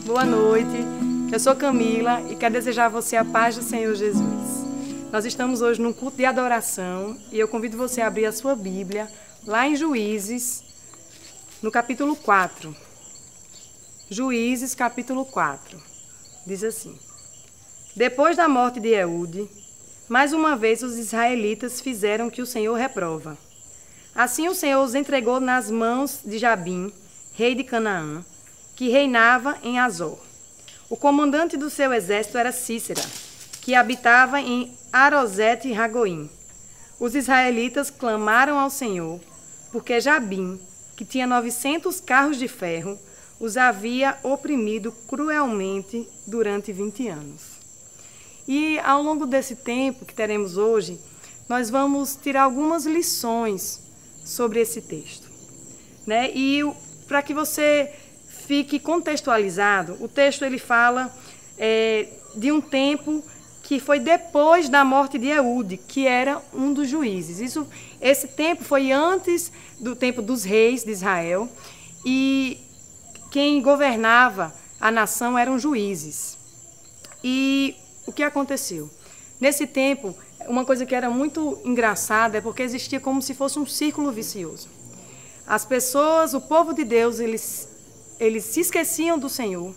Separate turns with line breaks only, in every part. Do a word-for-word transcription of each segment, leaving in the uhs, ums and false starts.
boa noite. Eu sou Camila e quero desejar a você a paz do Senhor Jesus. Nós estamos hoje num culto de adoração e eu convido você a abrir a sua Bíblia lá em Juízes, no capítulo quatro. Juízes, capítulo quatro. Diz assim: Depois da morte de Eude, mais uma vez os israelitas fizeram o que o Senhor reprova. Assim o Senhor os entregou nas mãos de Jabim, rei de Canaã, que reinava em Azor. O comandante do seu exército era Cícera, que habitava em Arosete e Ragoim. Os israelitas clamaram ao Senhor, porque Jabim, que tinha novecentos carros de ferro, os havia oprimido cruelmente durante vinte anos. E ao longo desse tempo que teremos hoje, nós vamos tirar algumas lições sobre esse texto, né? E para que você fique contextualizado, o texto ele fala é, de um tempo que foi depois da morte de Eude, que era um dos juízes. Isso, esse tempo foi antes do tempo dos reis de Israel e quem governava a nação eram juízes. E o que aconteceu? Nesse tempo, uma coisa que era muito engraçada é porque existia como se fosse um círculo vicioso. As pessoas, o povo de Deus, eles, eles se esqueciam do Senhor,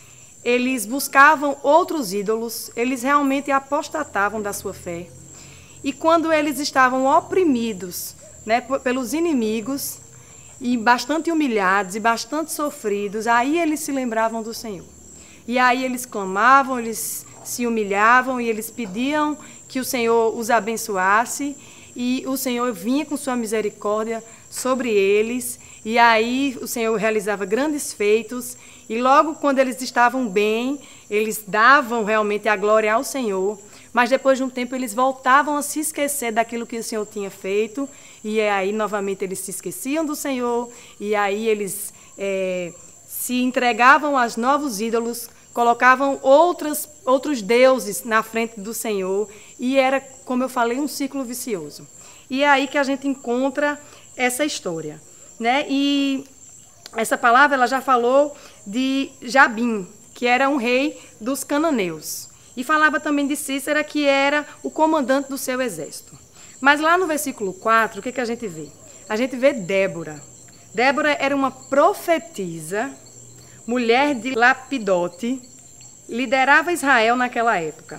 eles buscavam outros ídolos, eles realmente apostatavam da sua fé. E quando eles estavam oprimidos, né, pelos inimigos, e bastante humilhados e bastante sofridos, aí eles se lembravam do Senhor. E aí eles clamavam, eles se humilhavam e eles pediam que o Senhor os abençoasse e o Senhor vinha com sua misericórdia sobre eles e aí o Senhor realizava grandes feitos e logo quando eles estavam bem, eles davam realmente a glória ao Senhor, mas depois de um tempo eles voltavam a se esquecer daquilo que o Senhor tinha feito e aí novamente eles se esqueciam do Senhor e aí eles é, se entregavam aos novos ídolos, colocavam outras, outros deuses na frente do Senhor e era, como eu falei, um ciclo vicioso. E é aí que a gente encontra essa história, né? E essa palavra ela já falou de Jabim, que era um rei dos cananeus. E falava também de Cícera, que era o comandante do seu exército. Mas lá no versículo quatro, o que, que a gente vê? A gente vê Débora. Débora era uma profetisa, mulher de Lapidote, liderava Israel naquela época.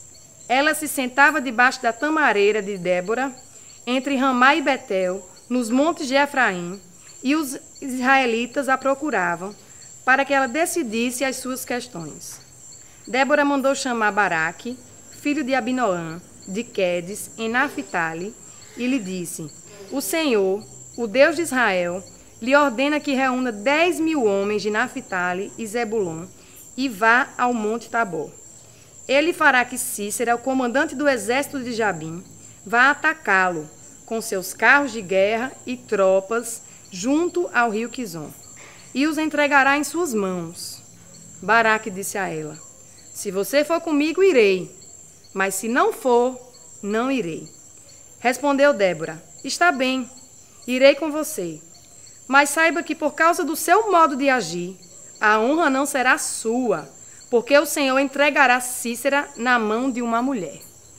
Ela se sentava debaixo da tamareira de Débora, entre Ramá e Betel, nos montes de Efraim, e os israelitas a procuravam para que ela decidisse as suas questões. Débora mandou chamar Baraque, filho de Abinoam, de Quedes, em Naphtali, e lhe disse: O Senhor, o Deus de Israel, lhe ordena que reúna dez mil homens de Naphtali e Zebulon e vá ao monte Tabor. Ele fará que Cícera, o comandante do exército de Jabim, vá atacá-lo com seus carros de guerra e tropas junto ao rio Quizon, e os entregará em suas mãos. Baraque disse a ela: Se você for comigo, irei, mas se não for, não irei. Respondeu Débora: Está bem, irei com você. Mas saiba que por causa do seu modo de agir, a honra não será sua, porque o Senhor entregará Cícera na mão de uma mulher.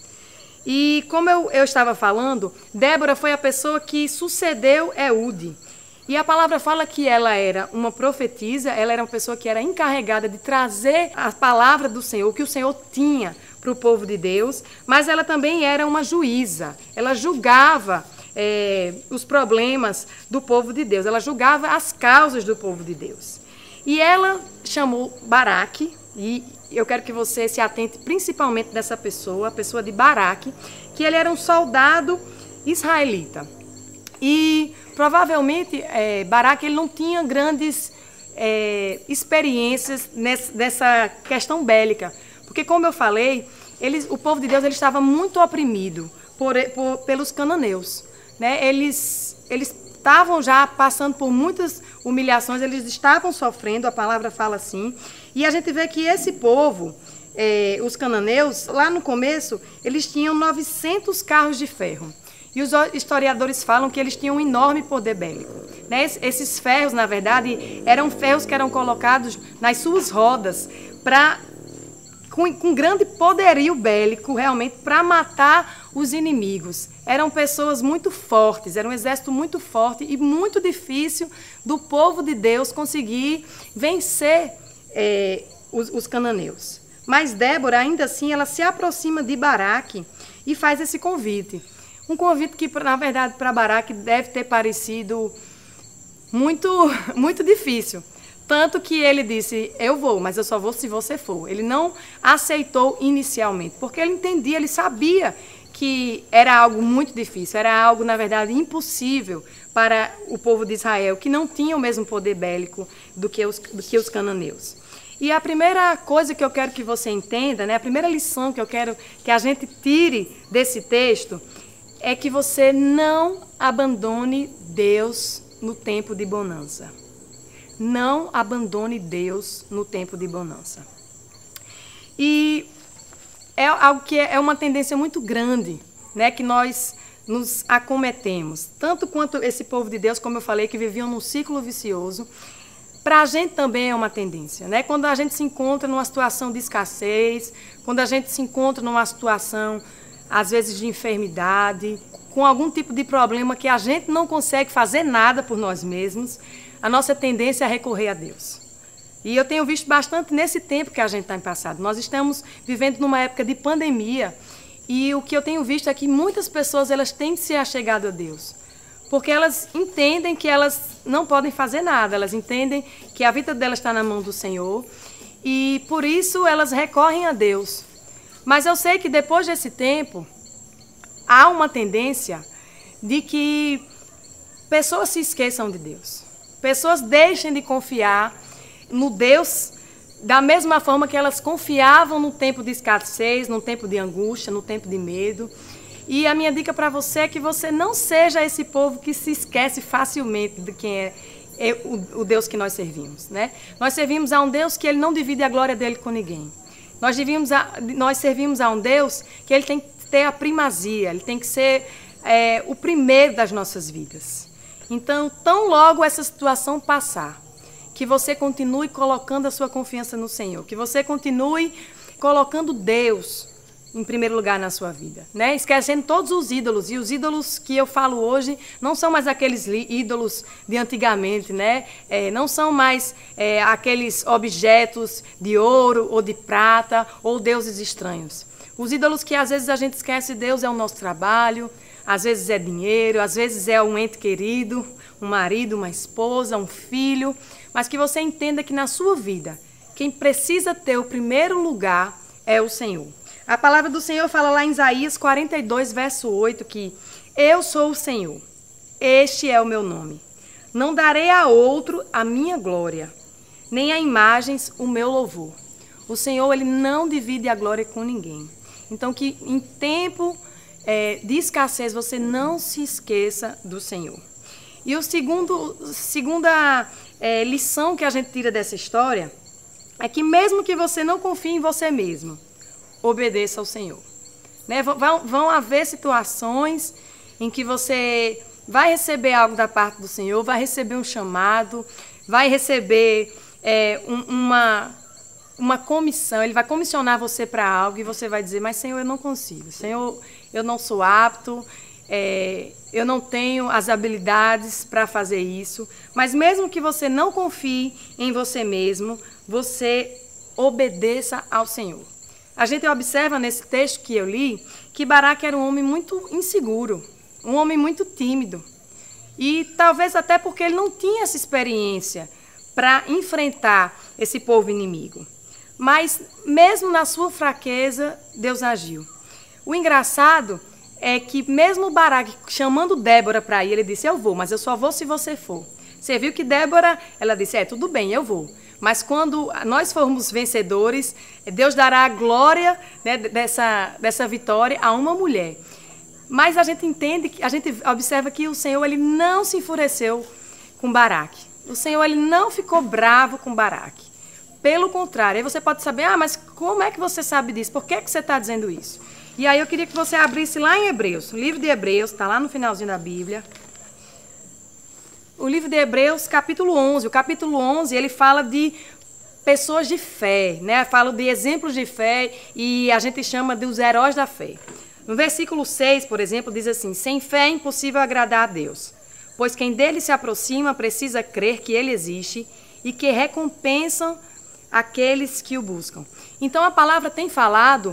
E como eu, eu estava falando, Débora foi a pessoa que sucedeu Eude. E a palavra fala que ela era uma profetisa, ela era uma pessoa que era encarregada de trazer a palavra do Senhor, que o Senhor tinha para o povo de Deus, mas ela também era uma juíza, ela julgava É, os problemas do povo de Deus. Ela julgava as causas do povo de Deus. E ela chamou Baraque, e eu quero que você se atente principalmente dessa pessoa, a pessoa de Baraque, que ele era um soldado israelita. E provavelmente é, Baraque ele não tinha grandes é, experiências nessa, nessa questão bélica, porque como eu falei, eles, o povo de Deus ele estava muito oprimido por, por, pelos cananeus. Né, eles eles estavam já passando por muitas humilhações, eles estavam sofrendo, a palavra fala assim, e a gente vê que esse povo, é, os cananeus, lá no começo, eles tinham novecentos carros de ferro, E os historiadores falam que eles tinham um enorme poder bélico. Né? Esses ferros, na verdade, eram ferros que eram colocados nas suas rodas para com, com grande poderio bélico, realmente, para matar os inimigos. Eram pessoas muito fortes, era um exército muito forte e muito difícil do povo de Deus conseguir vencer é, os, os cananeus. Mas Débora, ainda assim, ela se aproxima de Baraque e faz esse convite. Um convite que, na verdade, para Baraque deve ter parecido muito, muito difícil. Tanto que ele disse, eu vou, mas eu só vou se você for. Ele não aceitou inicialmente, porque ele entendia, ele sabia que era algo muito difícil, era algo, na verdade, impossível para o povo de Israel, que não tinha o mesmo poder bélico do que os, do que os cananeus. E a primeira coisa que eu quero que você entenda, né, a primeira lição que eu quero que a gente tire desse texto, é que você não abandone Deus no tempo de bonança. Não abandone Deus no tempo de bonança. E é algo que é uma tendência muito grande, né, que nós nos acometemos. Tanto quanto esse povo de Deus, como eu falei, que viviam num ciclo vicioso, para a gente também é uma tendência. Né? Quando a gente se encontra numa situação de escassez, quando a gente se encontra numa situação, às vezes, de enfermidade, com algum tipo de problema que a gente não consegue fazer nada por nós mesmos, a nossa tendência é recorrer a Deus. E eu tenho visto bastante nesse tempo que a gente está em passado. Nós estamos vivendo numa época de pandemia e o que eu tenho visto é que muitas pessoas elas têm se achegado a Deus, porque elas entendem que elas não podem fazer nada, elas entendem que a vida delas está na mão do Senhor e por isso elas recorrem a Deus. Mas eu sei que depois desse tempo, há uma tendência de que pessoas se esqueçam de Deus. Pessoas deixem de confiar no Deus da mesma forma que elas confiavam no tempo de escassez, no tempo de angústia, no tempo de medo. E a minha dica para você é que você não seja esse povo que se esquece facilmente de quem é, é o, o Deus que nós servimos. Né? Nós servimos a um Deus que ele não divide a glória dele com ninguém. Nós, a, nós servimos a um Deus que ele tem que ter a primazia, ele tem que ser é, o primeiro das nossas vidas. Então, tão logo essa situação passar, que você continue colocando a sua confiança no Senhor, que você continue colocando Deus em primeiro lugar na sua vida, né? Esquecendo todos os ídolos, e os ídolos que eu falo hoje não são mais aqueles ídolos de antigamente, né? É, não são mais é, aqueles objetos de ouro ou de prata ou deuses estranhos. Os ídolos que às vezes a gente esquece de Deus é o nosso trabalho, às vezes é dinheiro, às vezes é um ente querido, um marido, uma esposa, um filho, mas que você entenda que na sua vida, quem precisa ter o primeiro lugar é o Senhor. A palavra do Senhor fala lá em Isaías quarenta e dois, verso oito, que eu sou o Senhor, este é o meu nome. Não darei a outro a minha glória, nem a imagens o meu louvor. O Senhor, ele não divide a glória com ninguém. Então, que em tempo é, de escassez, você não se esqueça do Senhor. E o segundo, segunda é, lição que a gente tira dessa história é que mesmo que você não confie em você mesmo, obedeça ao Senhor. Né? Vão, vão haver situações em que você vai receber algo da parte do Senhor, vai receber um chamado, vai receber é, um, uma, uma comissão, ele vai comissionar você para algo e você vai dizer, mas Senhor, eu não consigo, Senhor, eu não sou apto, é, eu não tenho as habilidades para fazer isso. Mas mesmo que você não confie em você mesmo, você obedeça ao Senhor. A gente observa nesse texto que eu li que Baraque era um homem muito inseguro, um homem muito tímido. E talvez até porque ele não tinha essa experiência para enfrentar esse povo inimigo. Mas mesmo na sua fraqueza, Deus agiu. O engraçado é que mesmo Baraque chamando Débora para ir, ele disse, eu vou, mas eu só vou se você for. Você viu que Débora, ela disse, é, tudo bem, eu vou. Mas quando nós formos vencedores, Deus dará a glória, né, dessa, dessa vitória a uma mulher. Mas a gente entende, a gente observa que o Senhor ele não se enfureceu com Baraque. O Senhor ele não ficou bravo com Baraque. Pelo contrário, aí você pode saber, ah, mas como é que você sabe disso? Por que, que você está dizendo isso? E aí eu queria que você abrisse lá em Hebreus, o livro de Hebreus, está lá no finalzinho da Bíblia. O livro de Hebreus, capítulo onze. O capítulo onze, ele fala de pessoas de fé, né? Fala de exemplos de fé e a gente chama dos heróis da fé. No versículo seis, por exemplo, diz assim: sem fé é impossível agradar a Deus, pois quem dele se aproxima precisa crer que ele existe e que recompensam aqueles que o buscam. Então a palavra tem falado...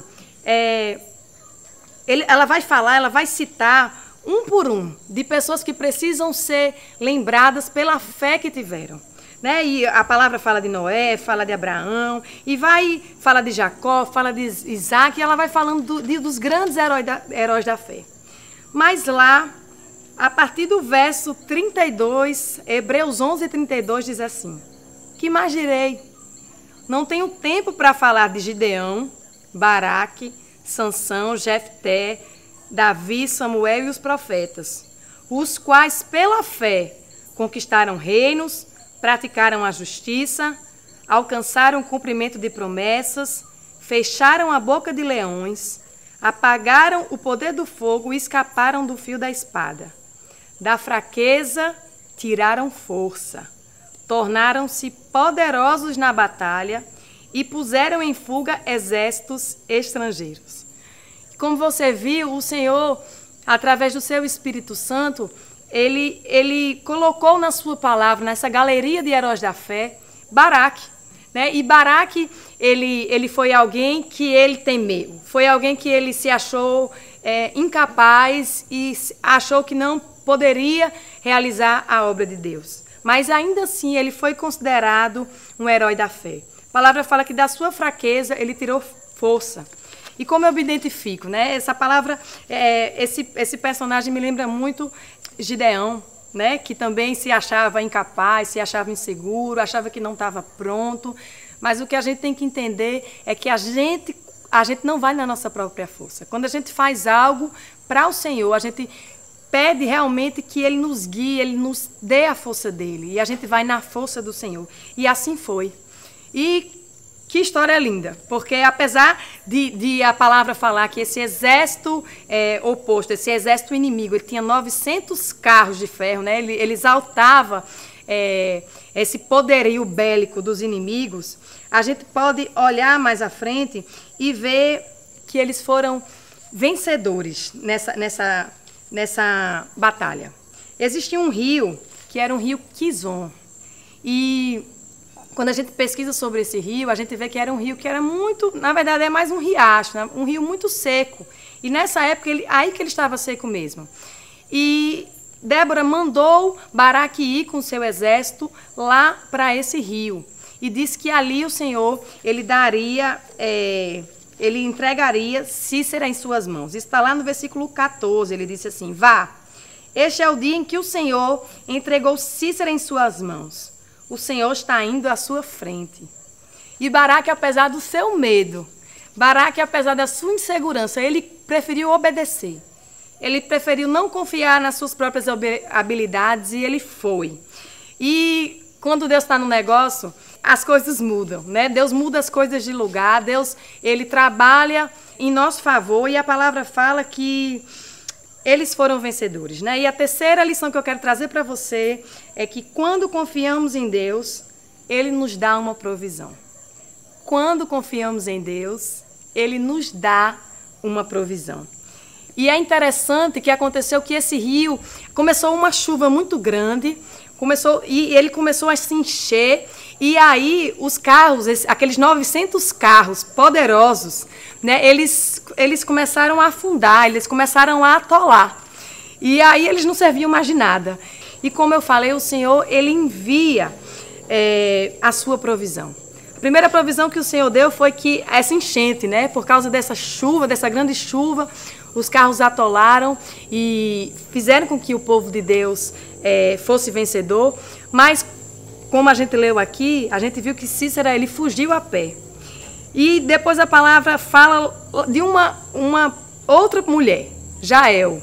É, Ele, ela vai falar, ela vai citar um por um de pessoas que precisam ser lembradas pela fé que tiveram. Né? E a palavra fala de Noé, fala de Abraão, e vai fala de Jacó, fala de Isaac, e ela vai falando do, de, dos grandes heróis da, heróis da fé. Mas lá, a partir do verso trinta e dois, Hebreus onze, trinta e dois diz assim: que mais direi? Não tenho tempo para falar de Gideão, Baraque, Sansão, Jefté, Davi, Samuel e os profetas, os quais pela fé conquistaram reinos, praticaram a justiça, alcançaram o cumprimento de promessas, fecharam a boca de leões, apagaram o poder do fogo e escaparam do fio da espada. Da fraqueza tiraram força, tornaram-se poderosos na batalha e puseram em fuga exércitos estrangeiros. Como você viu, o Senhor, através do seu Espírito Santo, ele, ele colocou na sua palavra, nessa galeria de heróis da fé, Baraque. Né? E Baraque, ele, ele foi alguém que ele temeu, foi alguém que ele se achou é, incapaz e achou que não poderia realizar a obra de Deus. Mas ainda assim, ele foi considerado um herói da fé. A palavra fala que da sua fraqueza ele tirou força. E como eu me identifico, né? Essa palavra, é, esse, esse personagem me lembra muito Gideão, né? Que também se achava incapaz, se achava inseguro, achava que não estava pronto. Mas o que a gente tem que entender é que a gente, a gente não vai na nossa própria força. Quando a gente faz algo para o Senhor, a gente pede realmente que Ele nos guie, Ele nos dê a força dEle. E a gente vai na força do Senhor. E assim foi. E que história linda, porque apesar de, de a palavra falar que esse exército é, oposto, esse exército inimigo, ele tinha novecentos carros de ferro, né? ele, ele exaltava é, esse poderio bélico dos inimigos, a gente pode olhar mais à frente e ver que eles foram vencedores nessa, nessa, nessa batalha. Existia um rio, que era um rio Quizon, e quando a gente pesquisa sobre esse rio, a gente vê que era um rio que era muito, na verdade, é mais um riacho, né? Um rio muito seco. E nessa época, ele, aí que ele estava seco mesmo. E Débora mandou Baraque ir com seu exército lá para esse rio. E disse que ali o Senhor, ele daria, é, ele entregaria Cícera em suas mãos. Isso está lá no versículo quatorze, ele disse assim: vá, este é o dia em que o Senhor entregou Cícera em suas mãos. O Senhor está indo à sua frente. E Baraque, apesar do seu medo, Baraque, apesar da sua insegurança, ele preferiu obedecer. Ele preferiu não confiar nas suas próprias habilidades e ele foi. E quando Deus está no negócio, as coisas mudam, né? Deus muda as coisas de lugar, Deus, ele trabalha em nosso favor e a palavra fala que eles foram vencedores, né? E a terceira lição que eu quero trazer para você é que quando confiamos em Deus, Ele nos dá uma provisão. Quando confiamos em Deus, Ele nos dá uma provisão. E é interessante que aconteceu que esse rio começou uma chuva muito grande, começou, e ele começou a se encher, e aí os carros, aqueles novecentos carros poderosos, né, eles, eles começaram a afundar, eles começaram a atolar. E aí eles não serviam mais de nada. E como eu falei, o Senhor, ele envia é, a sua provisão. A primeira provisão que o Senhor deu foi que essa enchente, né, por causa dessa chuva, dessa grande chuva, os carros atolaram e fizeram com que o povo de Deus é, fosse vencedor. Mas, como a gente leu aqui, a gente viu que Cícera, ele fugiu a pé. E depois a palavra fala de uma, uma outra mulher, Jael.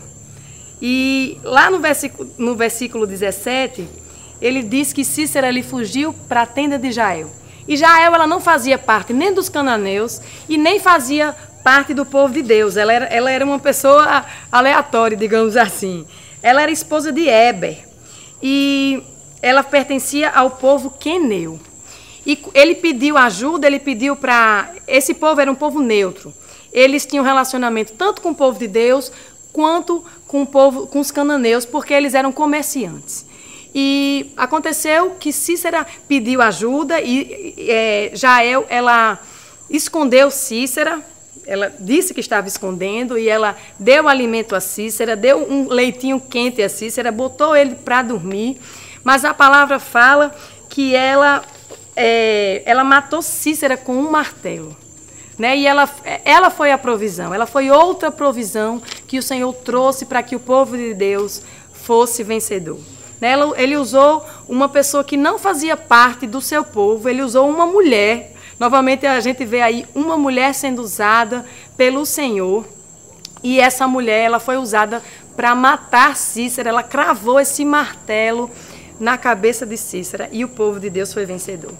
E lá no versículo, no versículo dezessete, ele diz que Cícera ele fugiu para a tenda de Jael. E Jael, ela não fazia parte nem dos cananeus e nem fazia parte do povo de Deus. Ela era, ela era uma pessoa aleatória, digamos assim. Ela era esposa de Éber e ela pertencia ao povo queneu. E ele pediu ajuda, ele pediu para... Esse povo era um povo neutro. Eles tinham relacionamento tanto com o povo de Deus quanto com o povo, com os cananeus, porque eles eram comerciantes. E aconteceu que Cícera pediu ajuda e é, Jael, ela escondeu Cícera, ela disse que estava escondendo e ela deu alimento a Cícera, deu um leitinho quente a Cícera, botou ele para dormir, mas a palavra fala que ela, é, ela matou Cícera com um martelo. Né? E ela, ela foi a provisão, ela foi outra provisão que o Senhor trouxe para que o povo de Deus fosse vencedor. Né? Ele usou uma pessoa que não fazia parte do seu povo, ele usou uma mulher. Novamente a gente vê aí uma mulher sendo usada pelo Senhor. E essa mulher ela foi usada para matar Cícera, ela cravou esse martelo na cabeça de Cícera e o povo de Deus foi vencedor.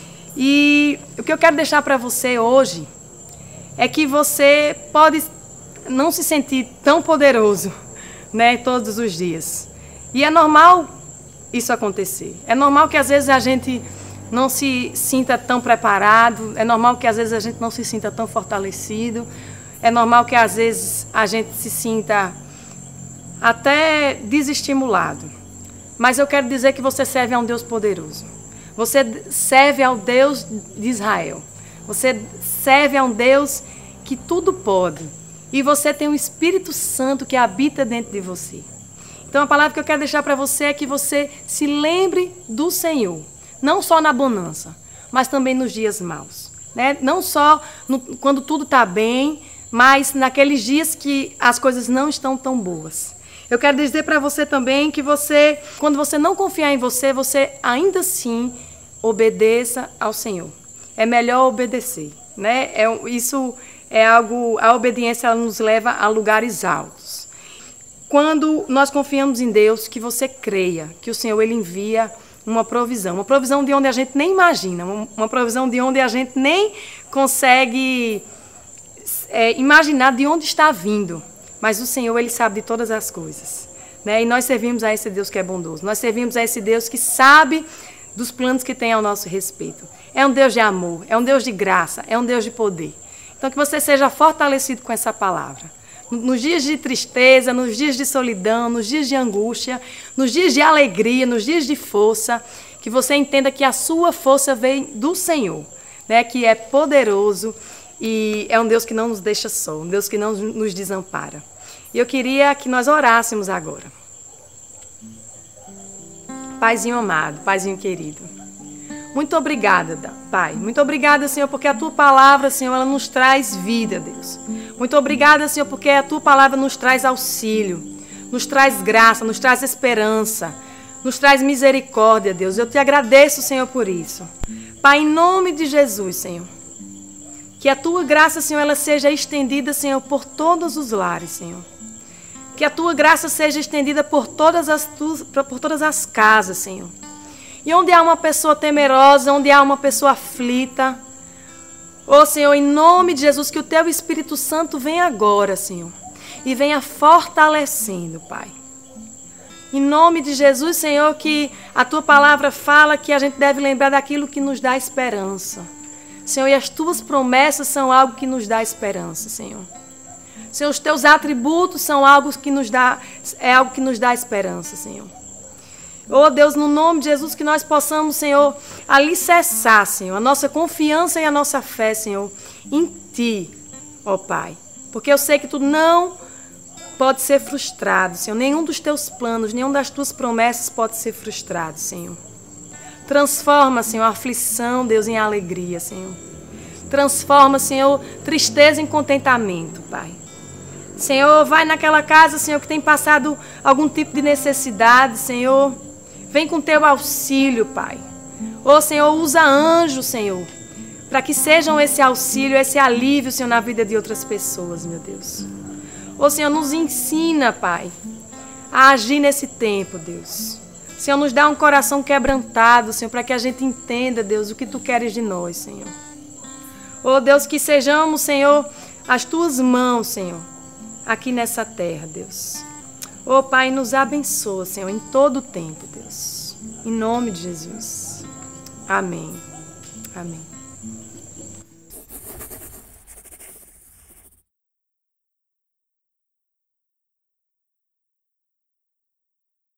E o que eu quero deixar para você hoje é que você pode não se sentir tão poderoso, né, todos os dias. E é normal isso acontecer. É normal que às vezes a gente não se sinta tão preparado, é normal que às vezes a gente não se sinta tão fortalecido, é normal que às vezes a gente se sinta até desestimulado. Mas eu quero dizer que você serve a um Deus poderoso. Você serve ao Deus de Israel. Você serve a um Deus que tudo pode. E você tem um Espírito Santo que habita dentro de você. Então a palavra que eu quero deixar para você é que você se lembre do Senhor. Não só na bonança, mas também nos dias maus. Né? Não só no, quando tudo está bem, mas naqueles dias que as coisas não estão tão boas. Eu quero dizer para você também que você, quando você não confiar em você, você ainda assim obedeça ao Senhor. É melhor obedecer, né? É, isso é algo, a obediência ela nos leva a lugares altos. Quando nós confiamos em Deus, que você creia que o Senhor ele envia uma provisão, uma provisão de onde a gente nem imagina, uma provisão de onde a gente nem consegue é, imaginar de onde está vindo. Mas o Senhor ele sabe de todas as coisas, né? E nós servimos a esse Deus que é bondoso. Nós servimos a esse Deus que sabe dos planos que tem ao nosso respeito. É um Deus de amor, é um Deus de graça, é um Deus de poder. Então que você seja fortalecido com essa palavra. Nos dias de tristeza, nos dias de solidão, nos dias de angústia, nos dias de alegria, nos dias de força, que você entenda que a sua força vem do Senhor, né? Que é poderoso e é um Deus que não nos deixa só, um Deus que não nos desampara. E eu queria que nós orássemos agora. Paizinho amado, Paizinho querido, muito obrigada, Pai. Muito obrigada, Senhor, porque a Tua palavra, Senhor, ela nos traz vida, Deus. Muito obrigada, Senhor, porque a Tua palavra nos traz auxílio, nos traz graça, nos traz esperança, nos traz misericórdia, Deus. Eu te agradeço, Senhor, por isso. Pai, em nome de Jesus, Senhor, que a Tua graça, Senhor, ela seja estendida, Senhor, por todos os lares, Senhor. Que a Tua graça seja estendida por todas as, tuas, por todas as casas, Senhor. E onde há uma pessoa temerosa, onde há uma pessoa aflita, ó Senhor, em nome de Jesus, que o Teu Espírito Santo venha agora, Senhor, e venha fortalecendo, Pai. Em nome de Jesus, Senhor, que a Tua palavra fala que a gente deve lembrar daquilo que nos dá esperança. Senhor, e as Tuas promessas são algo que nos dá esperança, Senhor. Senhor, os Teus atributos são algo que nos dá, é algo que nos dá esperança, Senhor. Oh Deus, no nome de Jesus, que nós possamos, Senhor, alicerçar, Senhor, a nossa confiança e a nossa fé, Senhor, em Ti, ó Pai. Porque eu sei que Tu não pode ser frustrado, Senhor. Nenhum dos Teus planos, nenhum das Tuas promessas pode ser frustrado, Senhor. Transforma, Senhor, a aflição, Deus, em alegria, Senhor. Transforma, Senhor, tristeza em contentamento, Pai. Senhor, vai naquela casa, Senhor, que tem passado algum tipo de necessidade, Senhor. Vem com Teu auxílio, Pai. Ô, Senhor, usa anjos, Senhor, para que sejam esse auxílio, esse alívio, Senhor, na vida de outras pessoas, meu Deus. Ô, Senhor, nos ensina, Pai, a agir nesse tempo, Deus. Senhor, nos dá um coração quebrantado, Senhor, para que a gente entenda, Deus, o que Tu queres de nós, Senhor. Oh, Deus, que sejamos, Senhor, as Tuas mãos, Senhor, aqui nessa terra, Deus. Oh, Pai, nos abençoa, Senhor, em todo o tempo, Deus. Em nome de Jesus. Amém. Amém.